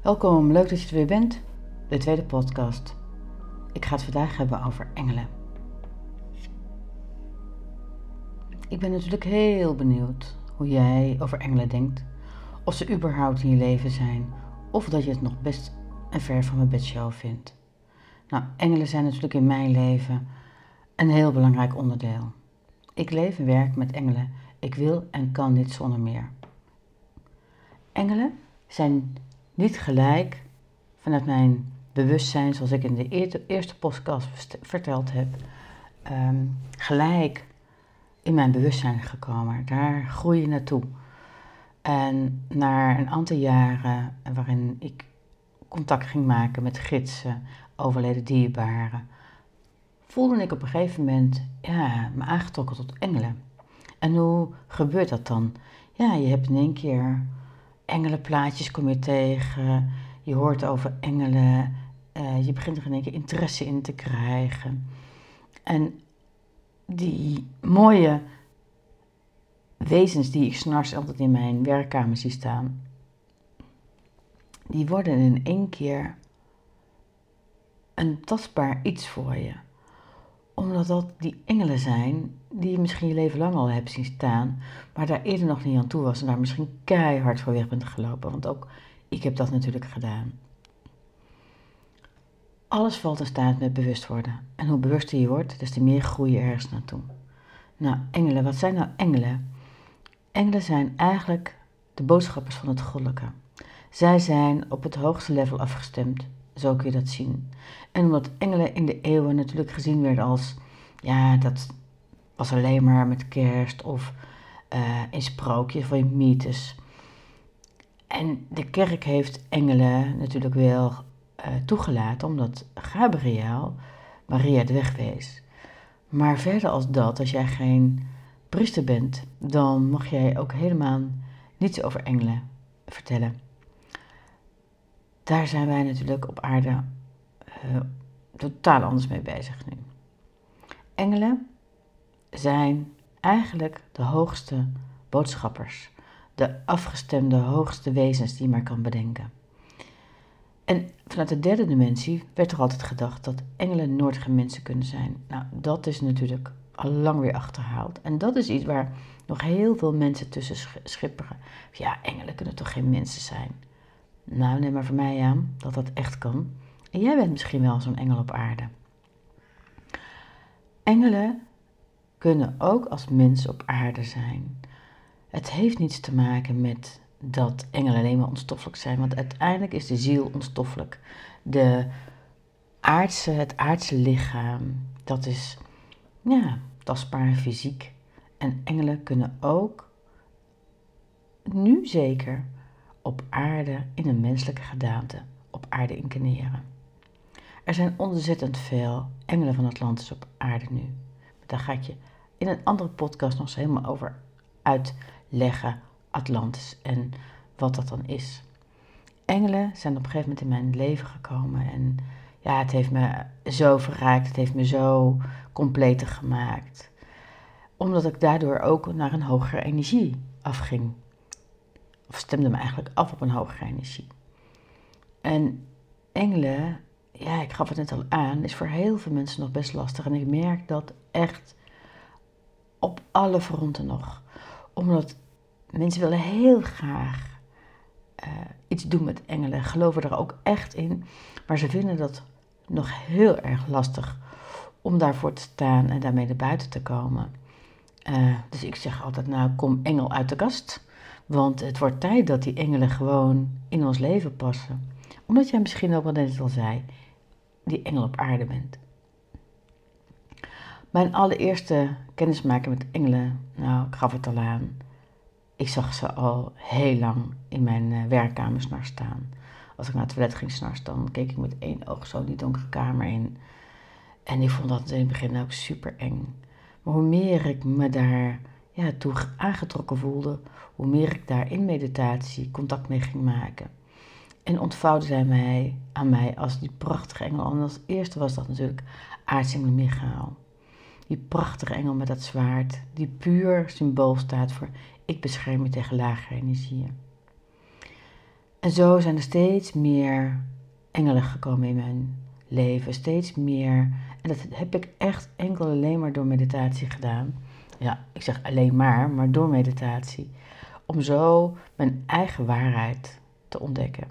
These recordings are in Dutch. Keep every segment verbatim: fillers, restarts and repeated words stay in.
Welkom, leuk dat je er weer bent. De tweede podcast. Ik ga het vandaag hebben over engelen. Ik ben natuurlijk heel benieuwd hoe jij over engelen denkt. Of ze überhaupt in je leven zijn. Of dat je het nog best een ver van mijn bedshow vindt. Nou, engelen zijn natuurlijk in mijn leven een heel belangrijk onderdeel. Ik leef en werk met engelen. Ik wil en kan niet zonder meer. Engelen zijn niet gelijk vanuit mijn bewustzijn, zoals ik in de eerste podcast verteld heb, um, gelijk in mijn bewustzijn gekomen. Daar groei je naartoe. En na een aantal jaren waarin ik contact ging maken met gidsen, overleden dierbaren, voelde ik op een gegeven moment ja, me aangetrokken tot engelen. En hoe gebeurt dat dan? Ja, je hebt in één keer engelenplaatjes kom je tegen, je hoort over engelen, uh, je begint er in één keer interesse in te krijgen. En die mooie wezens die ik 's nachts altijd in mijn werkkamer zie staan, die worden in één keer een tastbaar iets voor je. Omdat dat die engelen zijn die je misschien je leven lang al hebt zien staan, maar daar eerder nog niet aan toe was en daar misschien keihard voor weg bent gelopen. Want ook ik heb dat natuurlijk gedaan. Alles valt in staat met bewust worden. En hoe bewuster je wordt, des te meer groei je ergens naartoe. Nou, engelen, wat zijn nou engelen? Engelen zijn eigenlijk de boodschappers van het goddelijke. Zij zijn op het hoogste level afgestemd, zo kun je dat zien. En omdat engelen in de eeuwen natuurlijk gezien werden als, ja, dat was alleen maar met kerst of uh, in sprookjes of in mythes. En de kerk heeft engelen natuurlijk wel uh, toegelaten, omdat Gabriel Maria de weg wees. Maar verder als dat, als jij geen priester bent, dan mag jij ook helemaal niets over engelen vertellen. Daar zijn wij natuurlijk op aarde uh, totaal anders mee bezig nu. Engelen zijn eigenlijk de hoogste boodschappers, de afgestemde hoogste wezens die je maar kan bedenken. En vanuit de derde dimensie werd er altijd gedacht dat engelen nooit geen mensen kunnen zijn. Nou, dat is natuurlijk al lang weer achterhaald. En dat is iets waar nog heel veel mensen tussen schipperen. Ja, engelen kunnen toch geen mensen zijn? Nou, neem maar voor mij aan dat dat echt kan. En jij bent misschien wel zo'n engel op aarde. Engelen kunnen ook als mensen op aarde zijn. Het heeft niets te maken met dat engelen alleen maar onstoffelijk zijn, want uiteindelijk is de ziel onstoffelijk. De aardse, het aardse lichaam, dat is ja, tastbaar fysiek. En engelen kunnen ook, nu zeker, op aarde in een menselijke gedaante, op aarde incarneren. Er zijn ontzettend veel engelen van Atlantis op aarde nu. Daar ga ik je in een andere podcast nog eens helemaal over uitleggen, Atlantis en wat dat dan is. Engelen zijn op een gegeven moment in mijn leven gekomen en ja, het heeft me zo verrijkt, het heeft me zo completer gemaakt. Omdat ik daardoor ook naar een hogere energie afging. Of stemde me eigenlijk af op een hogere energie. En engelen, ja, ik gaf het net al aan, is voor heel veel mensen nog best lastig. En ik merk dat echt op alle fronten nog. Omdat mensen willen heel graag uh, iets doen met engelen, geloven er ook echt in. Maar ze vinden dat nog heel erg lastig om daarvoor te staan en daarmee naar buiten te komen. Uh, dus ik zeg altijd, nou, kom engel uit de kast. Want het wordt tijd dat die engelen gewoon in ons leven passen. Omdat jij misschien ook wel net al zei, die engel op aarde bent. Mijn allereerste kennismaking met engelen, nou, ik gaf het al aan. Ik zag ze al heel lang in mijn uh, werkkamer 's nachts staan. Als ik naar het toilet ging 's nachts, dan keek ik met één oog zo die donkere kamer in. En ik vond dat in het begin ook super eng. Maar hoe meer ik me daar ja, toe aangetrokken voelde, hoe meer ik daar in meditatie contact mee ging maken. En ontvouwde zij mij aan mij als die prachtige engel. En als eerste was dat natuurlijk aartsengel Michael. Die prachtige engel met dat zwaard, die puur symbool staat voor ik bescherm je tegen lagere energieën. En zo zijn er steeds meer engelen gekomen in mijn leven. Steeds meer. En dat heb ik echt enkel alleen maar door meditatie gedaan. Ja, ik zeg alleen maar, maar door meditatie. Om zo mijn eigen waarheid te ontdekken.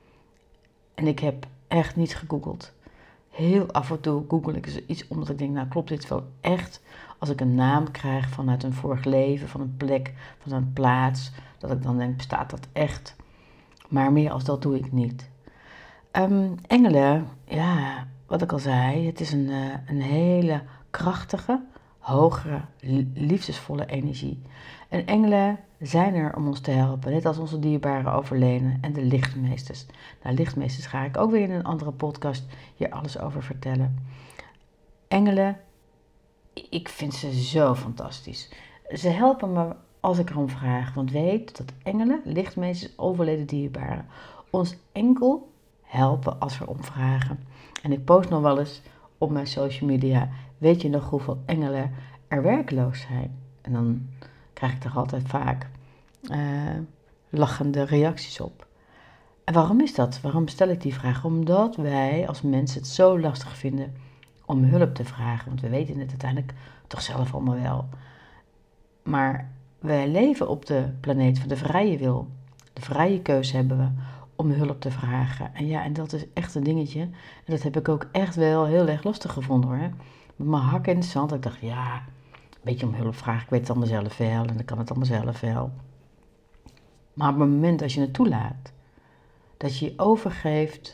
En ik heb echt niet gegoogeld. Heel af en toe google ik iets omdat ik denk, nou klopt dit wel echt? Als ik een naam krijg vanuit een vorig leven, van een plek, van een plaats, dat ik dan denk, bestaat dat echt? Maar meer als dat doe ik niet. Um, engelen, ja, wat ik al zei, het is een, uh, een hele krachtige, hogere, liefdesvolle energie. En engelen zijn er om ons te helpen, net als onze dierbaren overleden en de lichtmeesters. Nou, lichtmeesters ga ik ook weer in een andere podcast hier alles over vertellen. Engelen, ik vind ze zo fantastisch. Ze helpen me als ik erom vraag, want weet dat engelen, lichtmeesters, overleden dierbaren ons enkel helpen als we om vragen. En ik post nog wel eens op mijn social media, weet je nog hoeveel engelen er werkloos zijn? En dan krijg ik er altijd vaak uh, lachende reacties op. En waarom is dat? Waarom stel ik die vraag? Omdat wij als mensen het zo lastig vinden om hulp te vragen. Want we weten het uiteindelijk toch zelf allemaal wel. Maar wij leven op de planeet van de vrije wil. De vrije keuze hebben we om hulp te vragen. En ja, en dat is echt een dingetje. En dat heb ik ook echt wel heel erg lastig gevonden hoor. Met mijn hak in het zand. Ik dacht, ja, een beetje om hulp vragen. Ik weet het allemaal zelf wel. En ik kan het allemaal zelf wel. Maar op het moment als je het toelaat. Dat je je overgeeft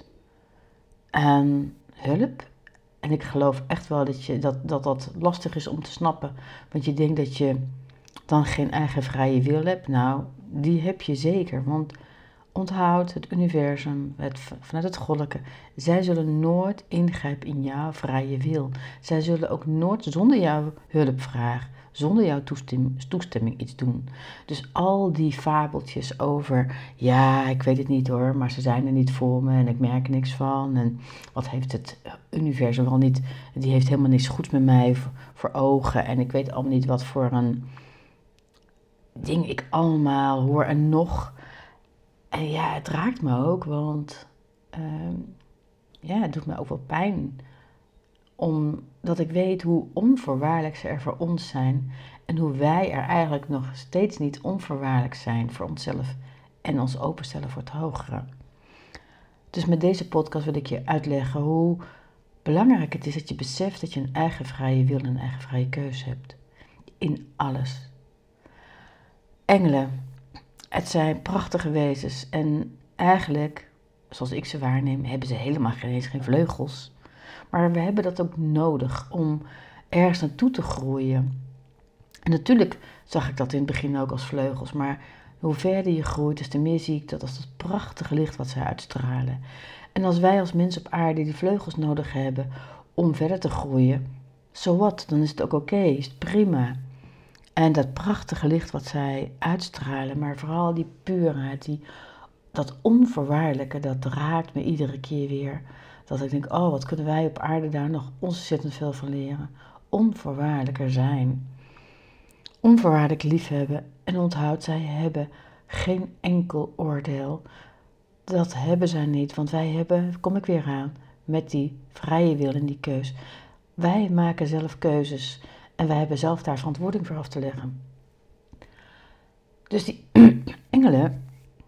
aan hulp. En ik geloof echt wel dat, je, dat, dat dat lastig is om te snappen. Want je denkt dat je dan geen eigen vrije wil hebt. Nou, die heb je zeker. Want onthoud het universum, het, vanuit het goddelijke. Zij zullen nooit ingrijpen in jouw vrije wil. Zij zullen ook nooit zonder jouw hulp vragen, zonder jouw toestemming, toestemming iets doen. Dus al die fabeltjes over, ja, ik weet het niet hoor, maar ze zijn er niet voor me en ik merk er niks van. En wat heeft het universum wel niet, die heeft helemaal niks goeds met mij voor, voor ogen. En ik weet allemaal niet wat voor een ding ik allemaal hoor en nog. En ja, het raakt me ook, want uh, ja, het doet me ook wel pijn. Omdat ik weet hoe onvoorwaardelijk ze er voor ons zijn. En hoe wij er eigenlijk nog steeds niet onvoorwaardelijk zijn voor onszelf. En ons openstellen voor het hogere. Dus met deze podcast wil ik je uitleggen hoe belangrijk het is dat je beseft dat je een eigen vrije wil en een eigen vrije keuze hebt. In alles. Engelen. Het zijn prachtige wezens en eigenlijk, zoals ik ze waarneem, hebben ze helemaal geen eens geen vleugels. Maar we hebben dat ook nodig om ergens naartoe te groeien. En natuurlijk zag ik dat in het begin ook als vleugels, maar hoe verder je groeit, des te meer zie ik dat als dat prachtige licht wat zij uitstralen. En als wij als mensen op aarde die vleugels nodig hebben om verder te groeien, so what, dan is het ook oké, okay, is het prima. En dat prachtige licht wat zij uitstralen, maar vooral die puurheid, die, dat onvoorwaardelijke, dat raakt me iedere keer weer. Dat ik denk, oh, wat kunnen wij op aarde daar nog ontzettend veel van leren. Onvoorwaardelijker zijn. Onvoorwaardelijk liefhebben. En onthoud, zij hebben geen enkel oordeel. Dat hebben zij niet, want wij hebben, kom ik weer aan, met die vrije wil en die keus. Wij maken zelf keuzes. En wij hebben zelf daar verantwoording voor af te leggen. Dus die engelen,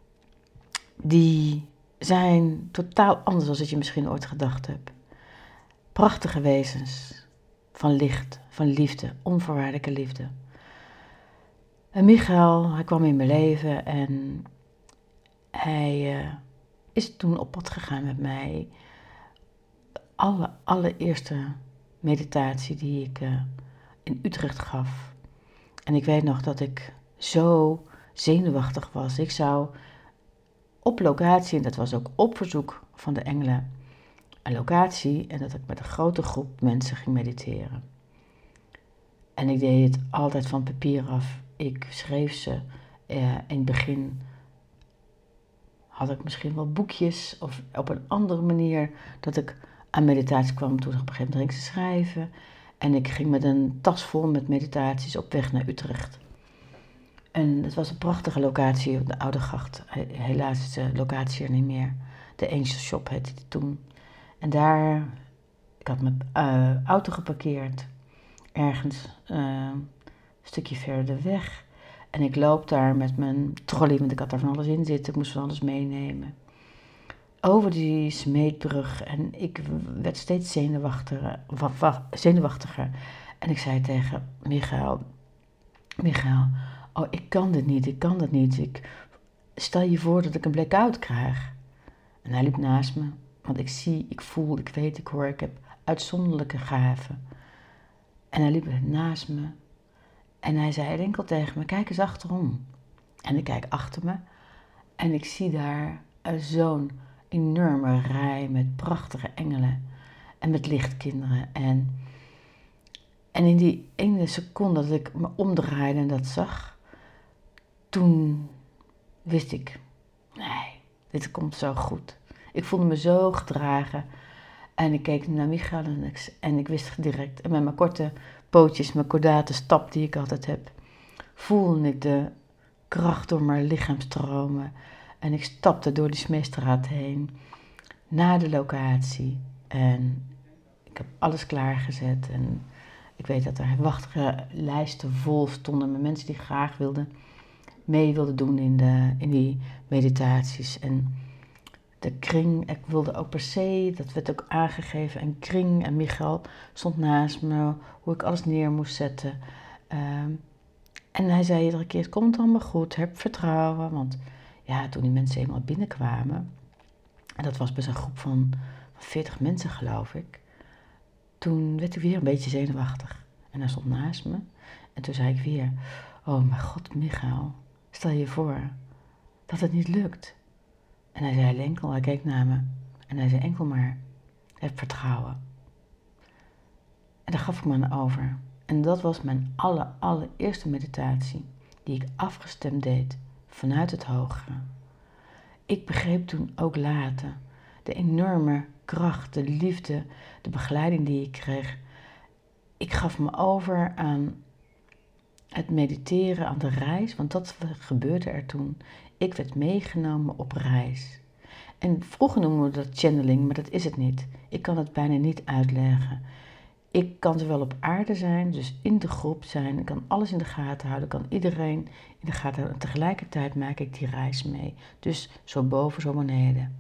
die zijn totaal anders dan dat je misschien ooit gedacht hebt. Prachtige wezens van licht, van liefde, onvoorwaardelijke liefde. En Michael, hij kwam in mijn leven en hij uh, is toen op pad gegaan met mij. De alle, allereerste meditatie die ik uh, in Utrecht gaf. En ik weet nog dat ik zo zenuwachtig was. Ik zou op locatie, en dat was ook op verzoek van de engelen, een locatie en dat ik met een grote groep mensen ging mediteren. En ik deed het altijd van papier af. Ik schreef ze. Uh, in het begin had ik misschien wel boekjes of op een andere manier dat ik aan meditatie kwam. Toen op een gegeven moment ging ik ze schrijven. En ik ging met een tas vol met meditaties op weg naar Utrecht. En het was een prachtige locatie op de Oude Gracht. Helaas is de locatie er niet meer. De Angel Shop heette die toen. En daar, ik had mijn uh, auto geparkeerd. Ergens uh, een stukje verder weg. En ik loop daar met mijn trolley, want ik had daar van alles in zitten. Ik moest van alles meenemen. Over die smeetbrug. En ik werd steeds zenuwachtiger. zenuwachtiger. En ik zei tegen Michael... Michael, oh, ik kan dit niet, ik kan dit niet. Ik, stel je voor dat ik een blackout krijg. En hij liep naast me. Want ik zie, ik voel, ik weet, ik hoor, ik heb uitzonderlijke gaven. En hij liep naast me. En hij zei enkel tegen me, kijk eens achterom. En ik kijk achter me. En ik zie daar zo'n enorme rij met prachtige engelen. En met lichtkinderen. En, en in die ene seconde dat ik me omdraaide en dat zag, toen wist ik, nee, dit komt zo goed. Ik voelde me zo gedragen. En ik keek naar Michael en ik, en ik wist direct, en met mijn korte pootjes, mijn kordate stap die ik altijd heb, voelde ik de kracht door mijn lichaam stromen. En ik stapte door die Smeestraat heen, naar de locatie. En ik heb alles klaargezet. En ik weet dat er wachtige lijsten vol stonden met mensen die graag wilden, mee wilden doen in, de, in die meditaties. En de kring, ik wilde ook per se, dat werd ook aangegeven, een kring. En Michael stond naast me, hoe ik alles neer moest zetten. Um, en hij zei iedere keer, het komt allemaal goed, heb vertrouwen. Want ja, toen die mensen eenmaal binnenkwamen, en dat was best een groep van veertig mensen geloof ik, toen werd ik weer een beetje zenuwachtig. En hij stond naast me en toen zei ik weer, oh mijn god Michael, stel je voor dat het niet lukt. En hij zei enkel, hij keek naar me en hij zei enkel maar, heb vertrouwen. En daar gaf ik me aan over. En dat was mijn aller, allereerste meditatie die ik afgestemd deed vanuit het hogere. Ik begreep toen ook later de enorme kracht, de liefde, de begeleiding die ik kreeg. Ik gaf me over aan het mediteren, aan de reis, want dat gebeurde er toen. Ik werd meegenomen op reis. En vroeger noemen we dat channeling, maar dat is het niet. Ik kan het bijna niet uitleggen. Ik kan zowel op aarde zijn, dus in de groep zijn. Ik kan alles in de gaten houden, ik kan iedereen in de gaten houden. En tegelijkertijd maak ik die reis mee. Dus zo boven, zo beneden.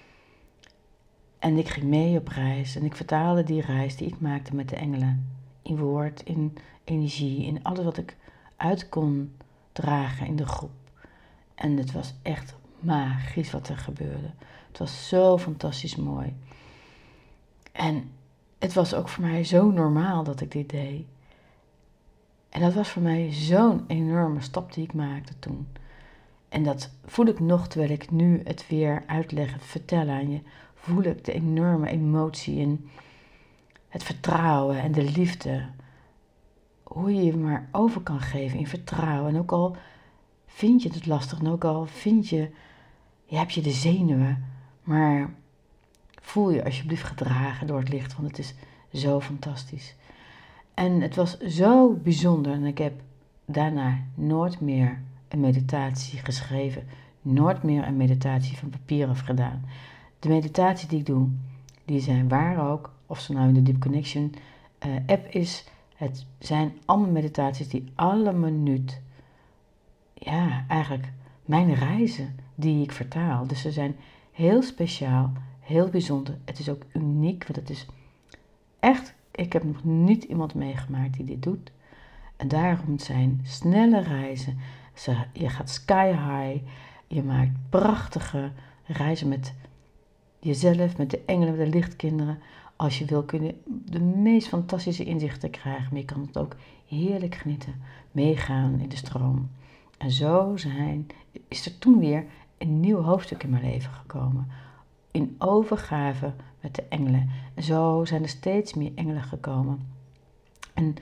En ik ging mee op reis en ik vertaalde die reis die ik maakte met de engelen. In woord, in energie, in alles wat ik uit kon dragen in de groep. En het was echt magisch wat er gebeurde. Het was zo fantastisch mooi. En het was ook voor mij zo normaal dat ik dit deed. En dat was voor mij zo'n enorme stap die ik maakte toen. En dat voel ik nog terwijl ik nu het weer uitleg, het vertellen aan je. Voel ik de enorme emotie en het vertrouwen en de liefde. Hoe je je maar over kan geven in vertrouwen. En ook al vind je het lastig en ook al vind je, je hebt je de zenuwen. Maar voel je alsjeblieft gedragen door het licht, want het is zo fantastisch. En het was zo bijzonder en ik heb daarna nooit meer een meditatie geschreven. Nooit meer een meditatie van papier af gedaan. De meditatie die ik doe, die zijn waar ook. Of ze nou in de Deep Connection uh, app is. Het zijn allemaal meditaties die alle minuut, ja, eigenlijk mijn reizen die ik vertaal. Dus ze zijn heel speciaal, heel bijzonder. Het is ook uniek, want het is echt, ik heb nog niet iemand meegemaakt die dit doet. En daarom zijn snelle reizen. Je gaat sky high, je maakt prachtige reizen met jezelf, met de engelen, met de lichtkinderen. Als je wil kun je de meest fantastische inzichten krijgen, maar je kan het ook heerlijk genieten, meegaan in de stroom. En zo zijn, is er toen weer een nieuw hoofdstuk in mijn leven gekomen. In overgave met de engelen. En zo zijn er steeds meer engelen gekomen. En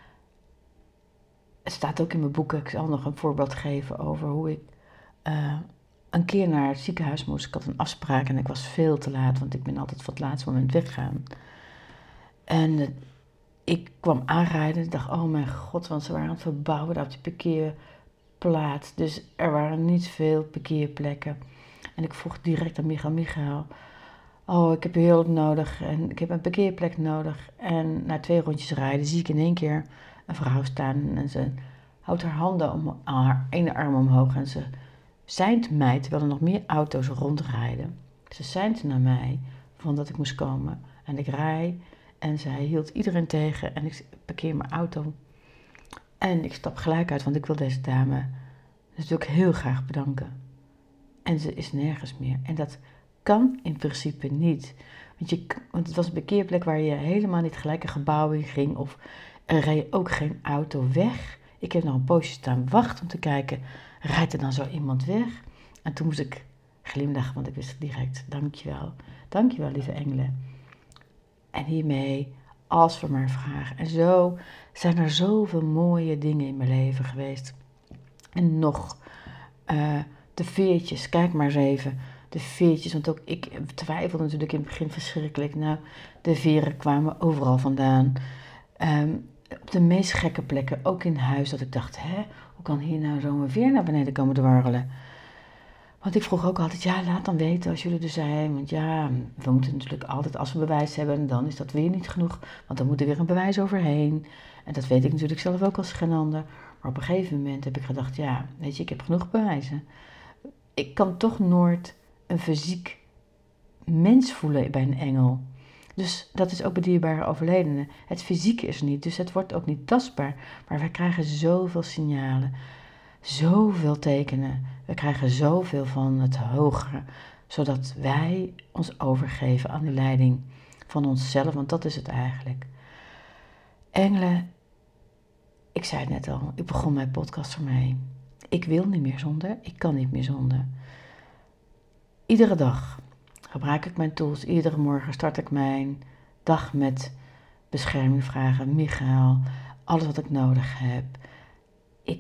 het staat ook in mijn boeken, ik zal nog een voorbeeld geven over hoe ik uh, een keer naar het ziekenhuis moest. Ik had een afspraak en ik was veel te laat, want ik ben altijd van het laatste moment weggegaan. En uh, ik kwam aanrijden en dacht, oh mijn god, want ze waren aan het verbouwen daar op die parkeer, plaats. Dus er waren niet veel parkeerplekken. En ik vroeg direct aan Michael, Michael, oh, ik heb hulp nodig en ik heb een parkeerplek nodig. En na twee rondjes rijden zie ik in één keer een vrouw staan en ze houdt haar handen om haar ene arm omhoog en ze seint mij, terwijl er nog meer auto's rondrijden. Ze seint naar mij van dat ik moest komen en ik rij en zij hield iedereen tegen en ik parkeer mijn auto. En ik stap gelijk uit, want ik wil deze dame natuurlijk heel graag bedanken. En ze is nergens meer. En dat kan in principe niet. Want, je, want het was een parkeerplek waar je helemaal niet gelijk een gebouw in ging. Of er reed ook geen auto weg. Ik heb nog een poosje staan wachten om te kijken, rijdt er dan zo iemand weg? En toen moest ik glimlachen, want ik wist direct, dankjewel. Dankjewel, lieve engelen. En hiermee, als we maar vragen. En zo zijn er zoveel mooie dingen in mijn leven geweest. En nog, uh, de veertjes, kijk maar eens even. De veertjes, want ook ik twijfelde natuurlijk in het begin verschrikkelijk. Nou, de veren kwamen overal vandaan. Um, op de meest gekke plekken, ook in huis, dat ik dacht, hè, hoe kan hier nou zo'n veer naar beneden komen dwarrelen? Want ik vroeg ook altijd, ja, laat dan weten als jullie er zijn. Want ja, we moeten natuurlijk altijd, als we bewijs hebben, dan is dat weer niet genoeg. Want dan moet er weer een bewijs overheen. En dat weet ik natuurlijk zelf ook als geen ander. Maar op een gegeven moment heb ik gedacht, ja, weet je, ik heb genoeg bewijzen. Ik kan toch nooit een fysiek mens voelen bij een engel. Dus dat is ook bij dierbare overledenen. Het fysieke is er niet, dus het wordt ook niet tastbaar. Maar wij krijgen zoveel signalen, zoveel tekenen. We krijgen zoveel van het hogere, zodat wij ons overgeven aan de leiding van onszelf, want dat is het eigenlijk. Engelen, ik zei het net al, ik begon mijn podcast ermee. Ik wil niet meer zonder, ik kan niet meer zonder. Iedere dag gebruik ik mijn tools, iedere morgen start ik mijn dag met bescherming vragen, Michael, alles wat ik nodig heb. Ik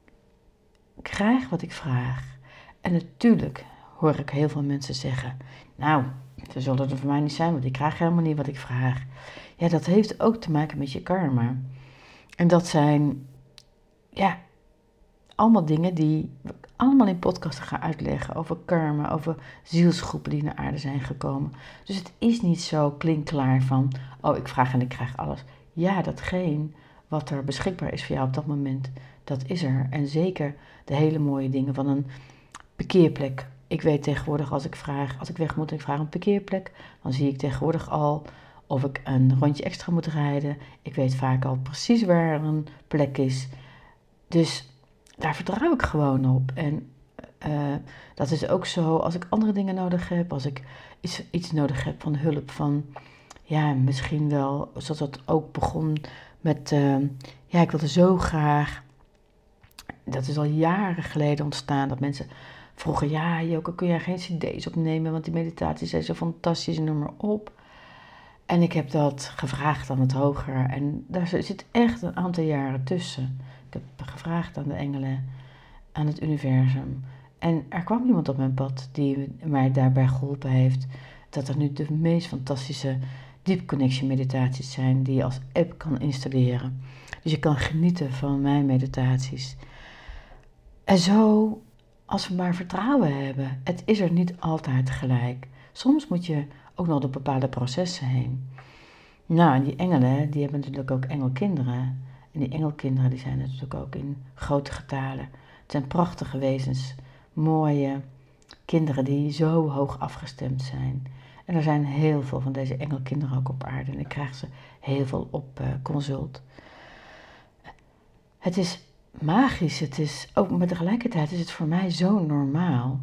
krijg wat ik vraag. En natuurlijk hoor ik heel veel mensen zeggen, nou, ze zullen er voor mij niet zijn, want ik krijg helemaal niet wat ik vraag. Ja, dat heeft ook te maken met je karma. En dat zijn, ja, allemaal dingen die ik allemaal in podcasten ga uitleggen over karma, over zielsgroepen die naar aarde zijn gekomen. Dus het is niet zo klinkklaar van, oh, ik vraag en ik krijg alles. Ja, datgene wat er beschikbaar is voor jou op dat moment, dat is er. En zeker de hele mooie dingen van een parkeerplek. Ik weet tegenwoordig als ik vraag, als ik weg moet en ik vraag een parkeerplek, dan zie ik tegenwoordig al of ik een rondje extra moet rijden. Ik weet vaak al precies waar een plek is. Dus daar vertrouw ik gewoon op. En uh, dat is ook zo als ik andere dingen nodig heb, als ik iets, iets nodig heb van hulp, van ja, misschien wel, zoals dat ook begon met, uh, ja, ik wilde zo graag, dat is al jaren geleden ontstaan, dat mensen vroegen, ja, Joke, kun jij geen cd's opnemen, want die meditaties zijn zo fantastisch, noem maar op. En ik heb dat gevraagd aan het hogere en daar zit echt een aantal jaren tussen. Ik heb gevraagd aan de engelen, aan het universum. En er kwam iemand op mijn pad die mij daarbij geholpen heeft. Dat er nu de meest fantastische deep connection meditaties zijn die je als app kan installeren. Dus je kan genieten van mijn meditaties. En zo, als we maar vertrouwen hebben, het is er niet altijd gelijk. Soms moet je ook nog door bepaalde processen heen. Nou, en die engelen, die hebben natuurlijk ook engelkinderen. En die engelkinderen die zijn natuurlijk ook in grote getalen. Het zijn prachtige wezens, mooie kinderen die zo hoog afgestemd zijn. En er zijn heel veel van deze engelkinderen ook op aarde. En ik krijg ze heel veel op uh, consult. Het is magisch, het is ook, maar tegelijkertijd is het voor mij zo normaal.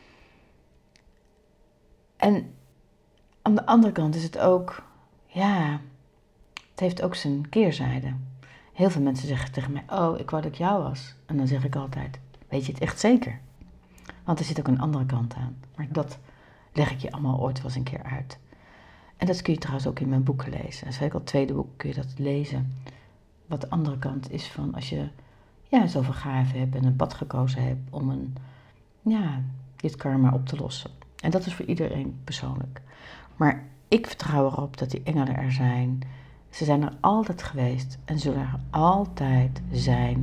En aan de andere kant is het ook, ja, het heeft ook zijn keerzijde. Heel veel mensen zeggen tegen mij, oh, ik wou dat ik jou was. En dan zeg ik altijd, weet je het echt zeker? Want er zit ook een andere kant aan. Maar dat leg ik je allemaal ooit wel eens een keer uit. En dat kun je trouwens ook in mijn boeken lezen. En zeker al het tweede boek kun je dat lezen. Wat de andere kant is van als je ja, zoveel gaven hebt en een pad gekozen hebt om een, ja, dit karma op te lossen. En dat is voor iedereen persoonlijk. Maar ik vertrouw erop dat die engelen er zijn. Ze zijn er altijd geweest en zullen er altijd zijn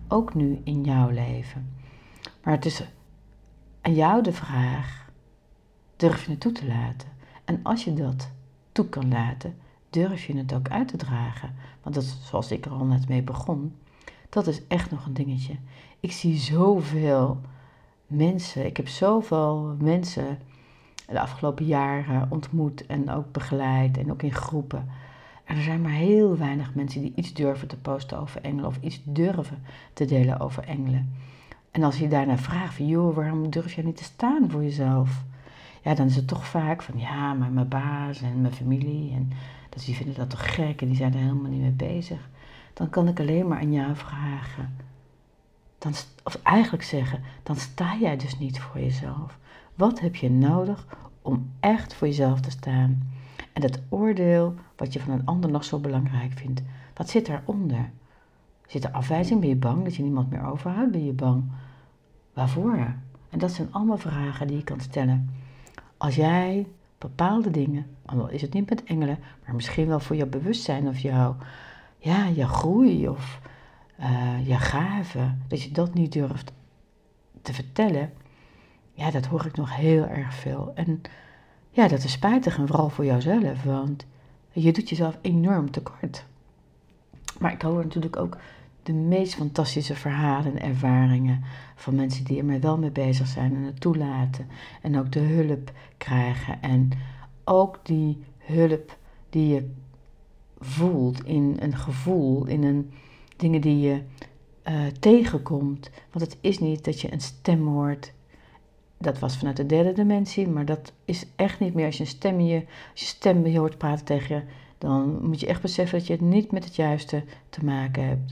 ook nu in jouw leven. Maar het is aan jou de vraag, durf je het toe te laten? En als je dat toe kan laten, durf je het ook uit te dragen. Want dat is, zoals ik er al net mee begon, dat is echt nog een dingetje. Ik zie zoveel mensen, ik heb zoveel mensen de afgelopen jaren ontmoet en ook begeleid en ook in groepen. En er zijn maar heel weinig mensen die iets durven te posten over engelen of iets durven te delen over engelen. En als je daarna vraagt van, joh, waarom durf je niet te staan voor jezelf? Ja, dan is het toch vaak van, ja, maar mijn baas en mijn familie, en dat die vinden dat toch gek en die zijn er helemaal niet mee bezig. Dan kan ik alleen maar aan jou vragen, dan, of eigenlijk zeggen, dan sta jij dus niet voor jezelf. Wat heb je nodig om echt voor jezelf te staan? En dat oordeel, wat je van een ander nog zo belangrijk vindt, wat zit daaronder? Zit er afwijzing? Ben je bang dat je niemand meer overhoudt? Ben je bang? Waarvoor? En dat zijn allemaal vragen die je kan stellen. Als jij bepaalde dingen, al is het niet met engelen, maar misschien wel voor jouw bewustzijn of jouw, ja, jouw groei of uh, jouw gaven, dat je dat niet durft te vertellen, ja, dat hoor ik nog heel erg veel. En ja, dat is spijtig en vooral voor jouzelf, want je doet jezelf enorm tekort. Maar ik hoor natuurlijk ook de meest fantastische verhalen en ervaringen van mensen die er maar wel mee bezig zijn en het toelaten. En ook de hulp krijgen. En ook die hulp die je voelt in een gevoel, in een dingen die je uh, tegenkomt. Want het is niet dat je een stem hoort. Dat was vanuit de derde dimensie, maar dat is echt niet meer. Als je een stem je, als je stem je hoort praten tegen je, dan moet je echt beseffen dat je het niet met het juiste te maken hebt.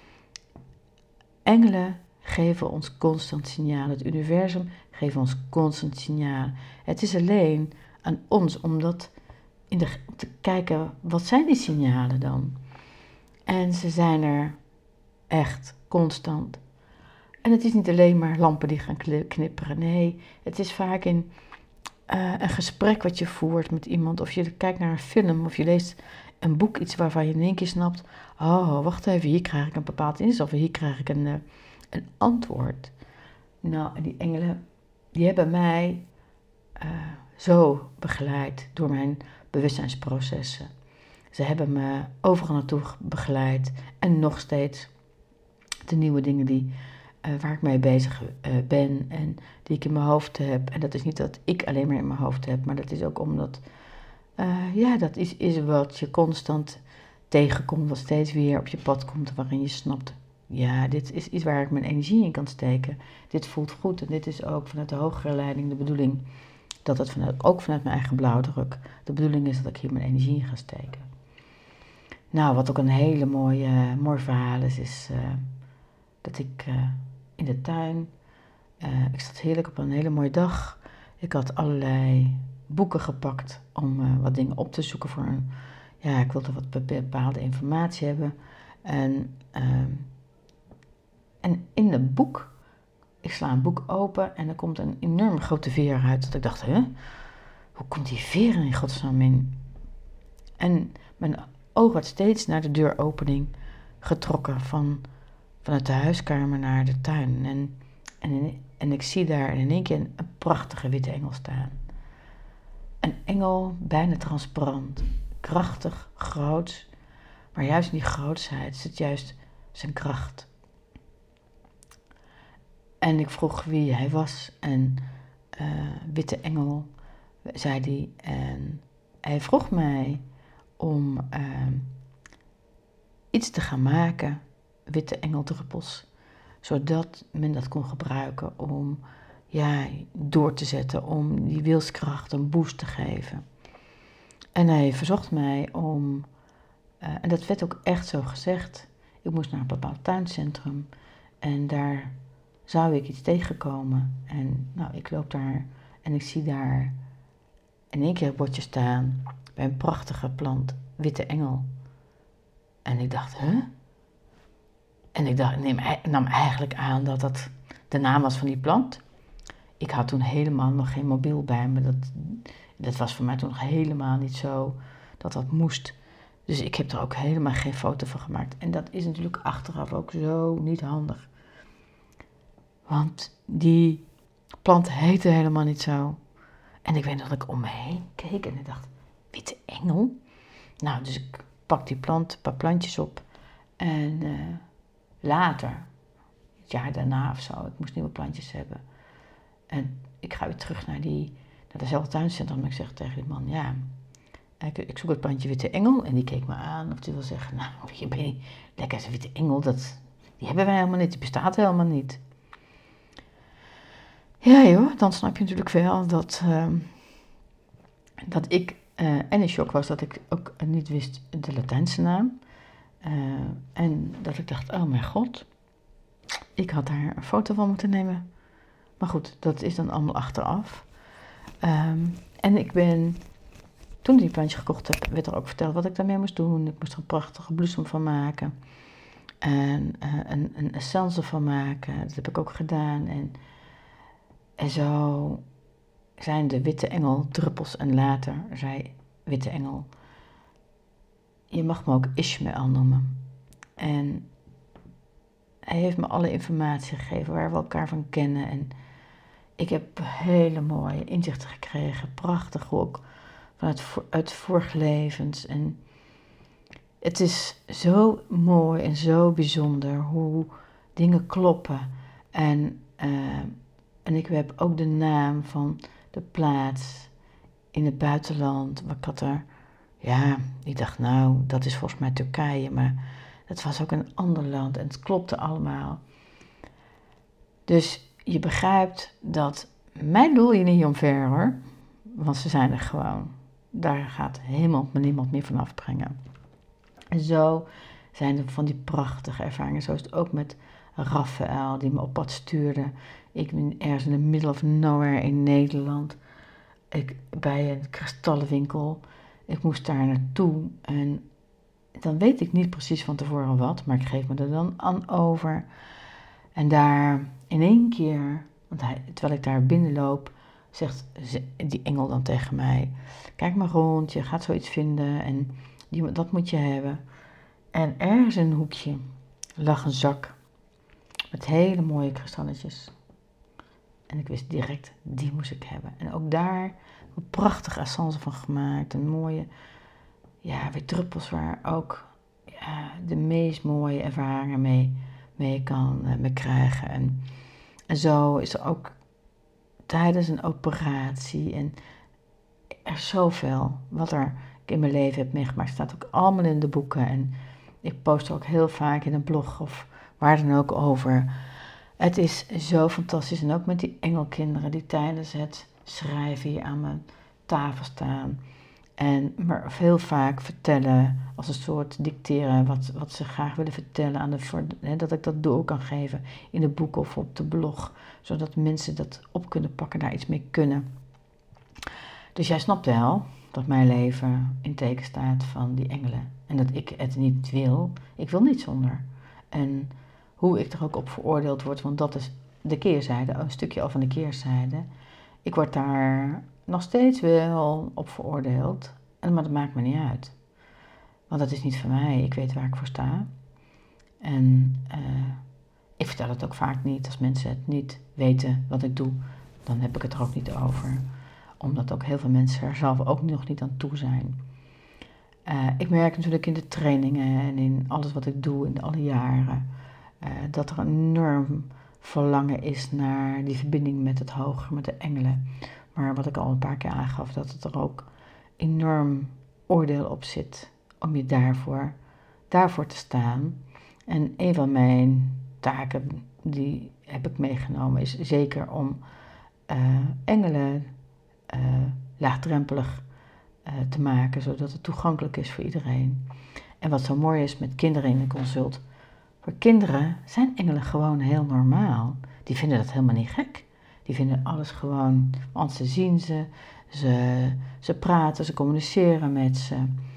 Engelen geven ons constant signalen. Het universum geeft ons constant signalen. Het is alleen aan ons om dat in de, te kijken, wat zijn die signalen dan? En ze zijn er echt constant. En het is niet alleen maar lampen die gaan knipperen. Nee, het is vaak in uh, een gesprek wat je voert met iemand. Of je kijkt naar een film of je leest een boek, iets waarvan je in één keer snapt, oh, wacht even, hier krijg ik een bepaald inzicht of hier krijg ik een, uh, een antwoord. Nou, en die engelen, die hebben mij uh, zo begeleid door mijn bewustzijnsprocessen. Ze hebben me overal naartoe begeleid en nog steeds de nieuwe dingen die, uh, waar ik mee bezig uh, ben en die ik in mijn hoofd heb. En dat is niet dat ik alleen maar in mijn hoofd heb, maar dat is ook omdat, uh, ja, dat is, is wat je constant tegenkomt, wat steeds weer op je pad komt, waarin je snapt, ja, dit is iets waar ik mijn energie in kan steken. Dit voelt goed en dit is ook vanuit de hogere leiding de bedoeling, dat het vanuit, ook vanuit mijn eigen blauwdruk, de bedoeling is dat ik hier mijn energie in ga steken. Nou, wat ook een hele mooie, mooi verhaal is, is uh, dat ik uh, in de tuin, uh, ik zat heerlijk op een hele mooie dag. Ik had allerlei boeken gepakt om uh, wat dingen op te zoeken voor een, ja, ik wilde wat bepaalde informatie hebben. En, uh, en in het boek, ik sla een boek open en er komt een enorm grote veer uit. Dat ik dacht, hè, hoe komt die veer in godsnaam in? En mijn oog werd steeds naar de deuropening getrokken van, vanuit de huiskamer naar de tuin. En, en, en ik zie daar in één keer een, een prachtige witte engel staan. Een engel, bijna transparant, krachtig, groots. Maar juist in die grootsheid zit juist zijn kracht. En ik vroeg wie hij was en uh, witte engel, zei hij. En hij vroeg mij om uh, iets te gaan maken, witte engeldruppels, zodat men dat kon gebruiken om, ja, door te zetten, om die wilskracht een boost te geven. En hij verzocht mij om, uh, en dat werd ook echt zo gezegd, ik moest naar een bepaald tuincentrum en daar zou ik iets tegenkomen. En nou, ik loop daar en ik zie daar in één keer een bordje staan bij een prachtige plant, witte engel. En ik dacht, huh? En ik dacht, neem, nam eigenlijk aan dat dat de naam was van die plant. Ik had toen helemaal nog geen mobiel bij me. Dat, dat was voor mij toen nog helemaal niet zo dat dat moest. Dus ik heb er ook helemaal geen foto van gemaakt. En dat is natuurlijk achteraf ook zo niet handig. Want die plant heette helemaal niet zo. En ik weet nog dat ik om me heen keek en ik dacht, witte engel? Nou, dus ik pak die plant, een paar plantjes op. En uh, later, het jaar daarna of zo, ik moest nieuwe plantjes hebben. En ik ga weer terug naar, die, naar dezelfde tuincentrum. En ik zeg tegen die man, ja, ik, ik zoek het plantje witte engel. En die keek me aan of die wil zeggen, nou, je bent niet lekker als witte engel. Dat, die hebben wij helemaal niet, die bestaat helemaal niet. Ja joh, dan snap je natuurlijk wel dat, uh, dat ik uh, en in shock was dat ik ook niet wist de Latijnse naam. Uh, en dat ik dacht, oh mijn god, ik had daar een foto van moeten nemen. Maar goed, dat is dan allemaal achteraf. Um, en ik ben, toen ik die plantje gekocht heb, werd er ook verteld wat ik daarmee moest doen. Ik moest er een prachtige bloesem van maken. En uh, een, een essence van maken. Dat heb ik ook gedaan. En, en zo zijn de witte engel druppels. En later zei witte engel, je mag me ook Ishmael noemen. En hij heeft me alle informatie gegeven waar we elkaar van kennen. En ik heb hele mooie inzichten gekregen. Prachtig ook vanuit uit vorige levens. En het is zo mooi en zo bijzonder hoe dingen kloppen. En, uh, en ik heb ook de naam van de plaats in het buitenland. Ik had er, ja, ik dacht nou, dat is volgens mij Turkije. Maar het was ook een ander land en het klopte allemaal. Dus je begrijpt dat mijn doel je niet omver hoor. Want ze zijn er gewoon. Daar gaat helemaal niemand meer van afbrengen. En zo zijn er van die prachtige ervaringen. Zo is het ook met Raphaël die me op pad stuurde. Ik ben ergens in the middle of nowhere in Nederland. Ik, bij een kristallenwinkel. Ik moest daar naartoe. En dan weet ik niet precies van tevoren wat. Maar ik geef me er dan aan over. En daar in één keer, want hij, terwijl ik daar binnenloop, zegt die engel dan tegen mij, kijk maar rond, je gaat zoiets vinden en die, dat moet je hebben. En ergens in een hoekje lag een zak met hele mooie kristalletjes. En ik wist direct, die moest ik hebben. En ook daar een prachtige essence van gemaakt. Een mooie, ja, weer druppels waar ook ja, de meest mooie ervaringen mee, mee kan uh, mee krijgen. En, en zo is er ook tijdens een operatie en er is zoveel wat er ik in mijn leven heb meegemaakt. Staat ook allemaal in de boeken. En ik post er ook heel vaak in een blog of waar dan ook over. Het is zo fantastisch. En ook met die engelkinderen die tijdens het schrijven hier aan mijn tafel staan. En me heel vaak vertellen, als een soort dicteren, wat, wat ze graag willen vertellen. Aan de, hè, dat ik dat door kan geven in de boek of op de blog. Zodat mensen dat op kunnen pakken, daar iets mee kunnen. Dus jij snapt wel dat mijn leven in teken staat van die engelen. En dat ik het niet wil. Ik wil niet zonder. En hoe ik er ook op veroordeeld word, want dat is de keerzijde, een stukje al van de keerzijde. Ik word daar nog steeds wel op veroordeeld, maar dat maakt me niet uit. Want dat is niet van mij, ik weet waar ik voor sta. En uh, ik vertel het ook vaak niet. Als mensen het niet weten wat ik doe, dan heb ik het er ook niet over. Omdat ook heel veel mensen er zelf ook nog niet aan toe zijn. Uh, ik merk natuurlijk in de trainingen en in alles wat ik doe in alle jaren, uh, dat er een enorm verlangen is naar die verbinding met het hogere, met de engelen. Maar wat ik al een paar keer aangaf, dat het er ook enorm oordeel op zit om je daarvoor, daarvoor te staan. En een van mijn taken, die heb ik meegenomen, is zeker om uh, engelen uh, laagdrempelig uh, te maken, zodat het toegankelijk is voor iedereen. En wat zo mooi is met kinderen in een consult, voor kinderen zijn engelen gewoon heel normaal. Die vinden dat helemaal niet gek. Die vinden alles gewoon, want ze zien ze, ze, ze praten, ze communiceren met ze.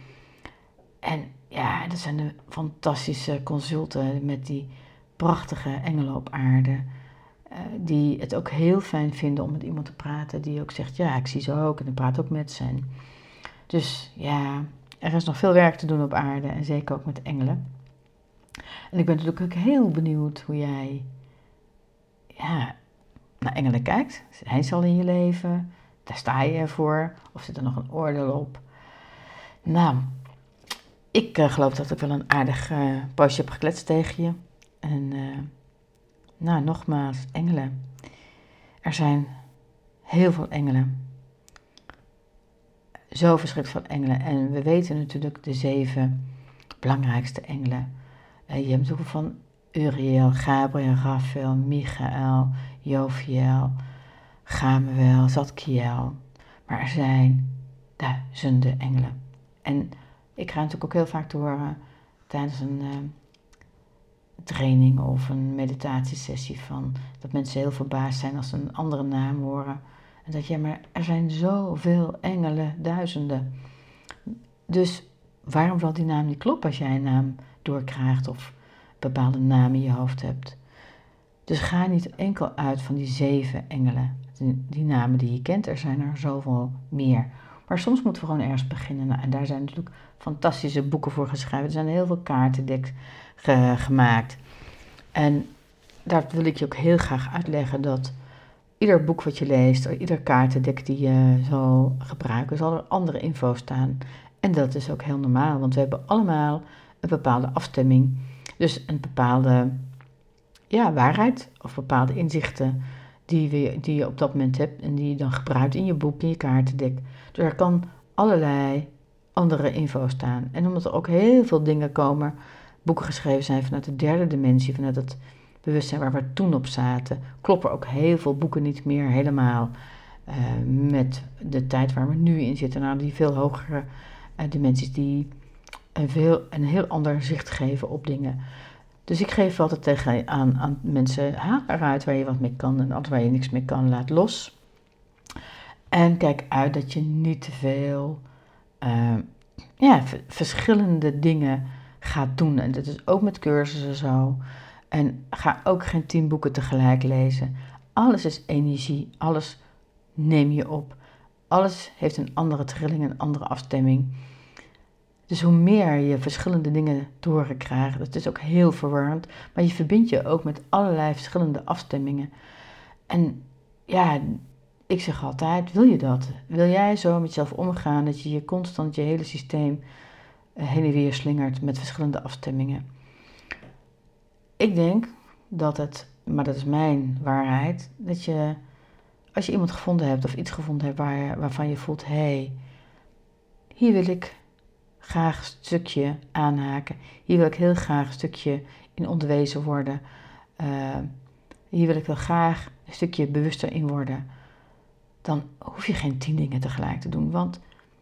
En ja, dat zijn de fantastische consulten met die prachtige engelen op aarde. Uh, die het ook heel fijn vinden om met iemand te praten die ook zegt, ja, ik zie ze ook en ik praat ook met ze. En dus ja, er is nog veel werk te doen op aarde en zeker ook met engelen. En ik ben natuurlijk ook heel benieuwd hoe jij ja, naar engelen kijkt. Zijn ze al in je leven? Daar sta je voor? Of zit er nog een oordeel op? Nou, ik uh, geloof dat ik wel een aardig uh, poosje heb gekletst tegen je. En uh, nou, nogmaals, engelen. Er zijn heel veel engelen. Zo verschrikkelijk veel engelen. En we weten natuurlijk de zeven belangrijkste engelen. Uh, je hebt natuurlijk van Uriel, Gabriel, Raphaël, Michael, Joviel, Gamuel, Zadkiel. Maar er zijn duizenden engelen. En ik ga natuurlijk ook heel vaak te horen tijdens een uh, training of een meditatiesessie van dat mensen heel verbaasd zijn als ze een andere naam horen. En dat ja, maar er zijn zoveel engelen, duizenden. Dus waarom zal die naam niet kloppen als jij een naam doorkrijgt of een bepaalde naam in je hoofd hebt? Dus ga niet enkel uit van die zeven engelen, die, die namen die je kent. Er zijn er zoveel meer. Maar soms moeten we gewoon ergens beginnen. Nou, en daar zijn natuurlijk fantastische boeken voor geschreven. Er zijn heel veel kaartendeks ge, gemaakt. En daar wil ik je ook heel graag uitleggen dat ieder boek wat je leest, of ieder kaartendek die je zal gebruiken, zal er andere info staan. En dat is ook heel normaal, want we hebben allemaal een bepaalde afstemming. Dus een bepaalde ja, waarheid of bepaalde inzichten die, we, die je op dat moment hebt en die je dan gebruikt in je boek, in je kaartendek. Dus er kan allerlei andere info staan. En omdat er ook heel veel dingen komen, boeken geschreven zijn vanuit de derde dimensie, vanuit het bewustzijn waar we toen op zaten, kloppen ook heel veel boeken niet meer helemaal uh, met de tijd waar we nu in zitten. Nou, die veel hogere uh, dimensies die een, veel, een heel ander zicht geven op dingen. Dus ik geef altijd tegen aan, aan mensen, haal eruit waar je wat mee kan en altijd waar je niks mee kan, laat los. En kijk uit dat je niet te veel uh, ja, v- verschillende dingen gaat doen. En dat is ook met cursussen zo. En ga ook geen tien boeken tegelijk lezen. Alles is energie, alles neem je op. Alles heeft een andere trilling, een andere afstemming. Dus hoe meer je verschillende dingen te horen krijgt, dat is ook heel verwarrend, maar je verbindt je ook met allerlei verschillende afstemmingen. En ja, ik zeg altijd, wil je dat? Wil jij zo met jezelf omgaan dat je je constant je hele systeem heen en weer slingert met verschillende afstemmingen? Ik denk dat het, maar dat is mijn waarheid, dat je, als je iemand gevonden hebt of iets gevonden hebt waar, waarvan je voelt, hé, hey, hier wil ik graag een stukje aanhaken. Hier wil ik heel graag een stukje in onderwezen worden. Uh, hier wil ik wel graag een stukje bewuster in worden. Dan hoef je geen tien dingen tegelijk te doen. Want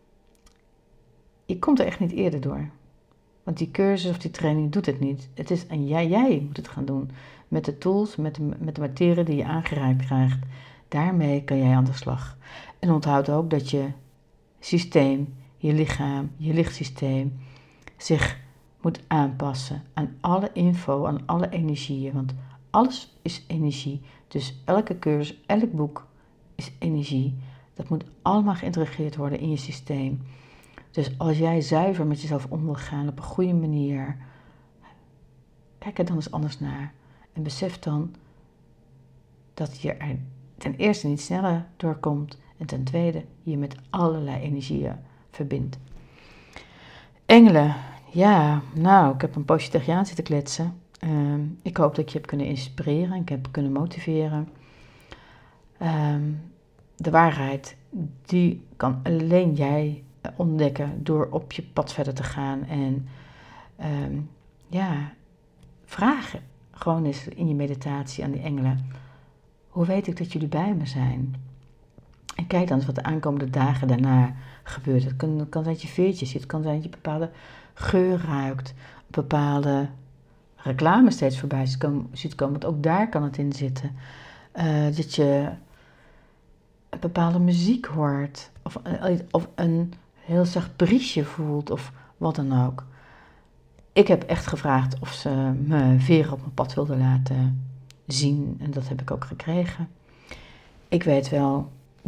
je komt er echt niet eerder door. Want die cursus of die training doet het niet. Het is en jij, jij moet het gaan doen. Met de tools, met de, met de materie die je aangereikt krijgt. Daarmee kan jij aan de slag. En onthoud ook dat je systeem, je lichaam, je lichtsysteem zich moet aanpassen aan alle info, aan alle energieën. Want alles is energie. Dus elke cursus, elk boek is energie. Dat moet allemaal geïntegreerd worden in je systeem. Dus als jij zuiver met jezelf om wil gaan op een goede manier, kijk er dan eens anders naar. En besef dan dat je er ten eerste niet sneller doorkomt en ten tweede je met allerlei energieën verbindt. Engelen, ja, nou, ik heb een poosje tegen je aan zitten kletsen. Um, ik hoop dat ik je heb kunnen inspireren, ik heb kunnen motiveren. Um, de waarheid, die kan alleen jij ontdekken door op je pad verder te gaan. En um, ja, vragen gewoon eens in je meditatie aan die engelen. Hoe weet ik dat jullie bij me zijn? En kijk dan eens wat de aankomende dagen daarna gebeurt. Het kan, het kan zijn dat je veertjes ziet, het kan zijn dat je bepaalde geur ruikt, bepaalde reclame steeds voorbij ziet komen, ziet komen, want ook daar kan het in zitten. Uh, dat je een bepaalde muziek hoort, of, of een heel zacht briesje voelt, of wat dan ook. Ik heb echt gevraagd of ze me veren op mijn pad wilden laten zien, en dat heb ik ook gekregen. Ik weet wel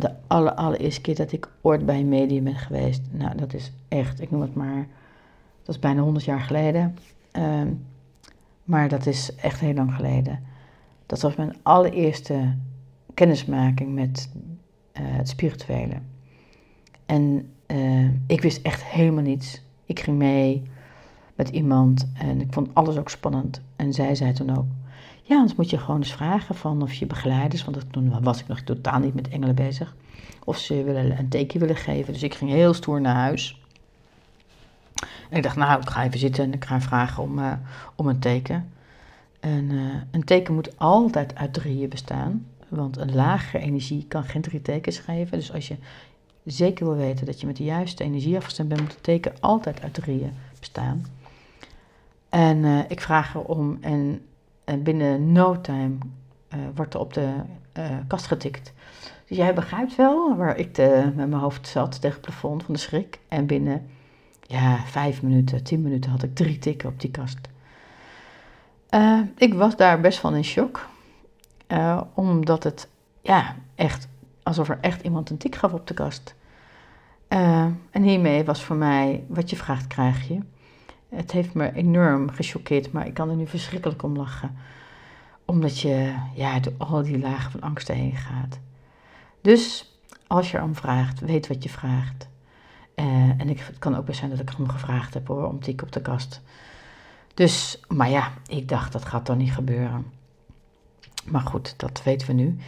de aller, allereerste keer dat ik ooit bij een medium ben geweest. Nou, dat is echt, ik noem het maar, dat is bijna honderd jaar geleden. Um, maar dat is echt heel lang geleden. Dat was mijn allereerste kennismaking met uh, het spirituele. En uh, ik wist echt helemaal niets. Ik ging mee met iemand en ik vond alles ook spannend. En zij zei toen ook, ja, anders moet je gewoon eens vragen van of je begeleiders, want toen was ik nog totaal niet met engelen bezig, of ze willen een teken willen geven. Dus ik ging heel stoer naar huis. En ik dacht, nou, ik ga even zitten en ik ga vragen om, uh, om een teken. En uh, een teken moet altijd uit drieën bestaan, want een lagere energie kan geen drie tekens geven. Dus als je zeker wil weten dat je met de juiste energie afgestemd bent, moet het teken altijd uit drieën bestaan. En uh, ik vraag erom en, en binnen no time uh, wordt er op de uh, kast getikt. Dus jij begrijpt wel waar ik de, met mijn hoofd zat tegen het plafond van de schrik. En binnen ja, vijf minuten, tien minuten had ik drie tikken op die kast. Uh, ik was daar best van in shock. Uh, omdat het ja, echt, alsof er echt iemand een tik gaf op de kast. Uh, en hiermee was voor mij, wat je vraagt krijg je. Het heeft me enorm gechoqueerd, maar ik kan er nu verschrikkelijk om lachen. Omdat je ja, door al die lagen van angsten heen gaat. Dus als je erom vraagt, weet wat je vraagt. Uh, en ik, het kan ook best zijn dat ik erom gevraagd heb hoor, om tik op de kast. Dus, maar ja, ik dacht dat gaat dan niet gebeuren. Maar goed, dat weten we nu.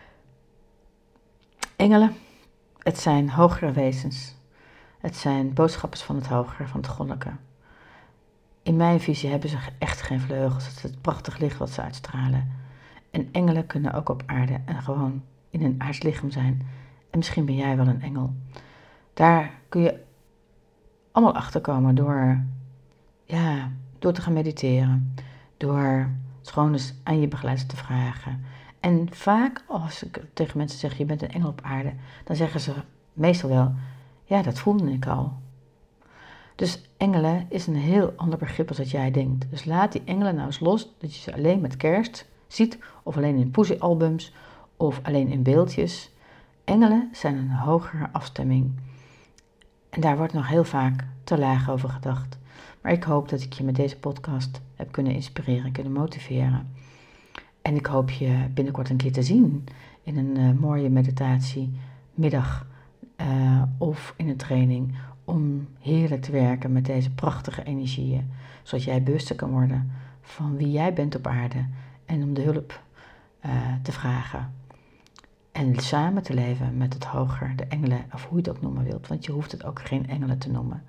Engelen, het zijn hogere wezens. Het zijn boodschappers van het hogere, van het goddelijke. In mijn visie hebben ze echt geen vleugels. Het is het prachtig licht wat ze uitstralen. En engelen kunnen ook op aarde en gewoon in een aards lichaam zijn. En misschien ben jij wel een engel. Daar kun je allemaal achter komen door, ja, door te gaan mediteren. Door het gewoon eens aan je begeleider te vragen. En vaak als ik tegen mensen zeg, je bent een engel op aarde, dan zeggen ze meestal wel, ja, dat voelde ik al. Dus engelen is een heel ander begrip als dat jij denkt. Dus laat die engelen nou eens los, dat je ze alleen met kerst ziet, of alleen in poesiealbums, of alleen in beeldjes. Engelen zijn een hogere afstemming. En daar wordt nog heel vaak te laag over gedacht. Maar ik hoop dat ik je met deze podcast heb kunnen inspireren en kunnen motiveren. En ik hoop je binnenkort een keer te zien in een uh, mooie meditatiemiddag uh, of in een training om heerlijk te werken met deze prachtige energieën, zodat jij bewuster kan worden van wie jij bent op aarde en om de hulp uh, te vragen. En samen te leven met het hoger, de engelen, of hoe je het ook noemen wilt, want je hoeft het ook geen engelen te noemen.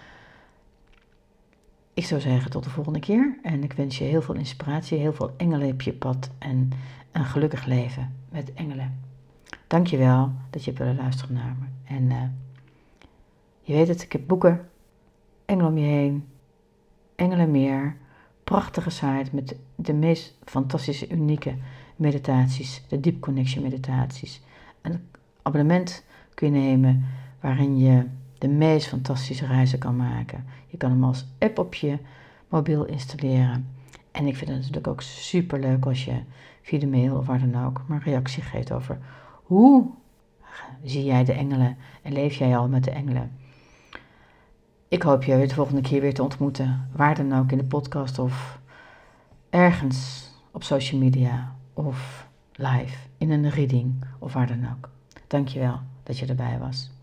Ik zou zeggen tot de volgende keer en ik wens je heel veel inspiratie, heel veel engelen op je pad en een gelukkig leven met engelen. Dankjewel dat je hebt willen luisteren naar me. En uh, je weet het, ik heb boeken, Engelen om je heen, Engelen meer, prachtige site met de meest fantastische, unieke meditaties, de Deep Connection meditaties. Een abonnement kun je nemen waarin je de meest fantastische reizen kan maken. Je kan hem als app op je mobiel installeren. En ik vind het natuurlijk ook super leuk als je via de mail of waar dan ook maar een reactie geeft over hoe zie jij de engelen en leef jij al met de engelen. Ik hoop je weer de volgende keer weer te ontmoeten, waar dan ook in de podcast of ergens op social media of live in een reading of waar dan ook. Dankjewel dat je erbij was.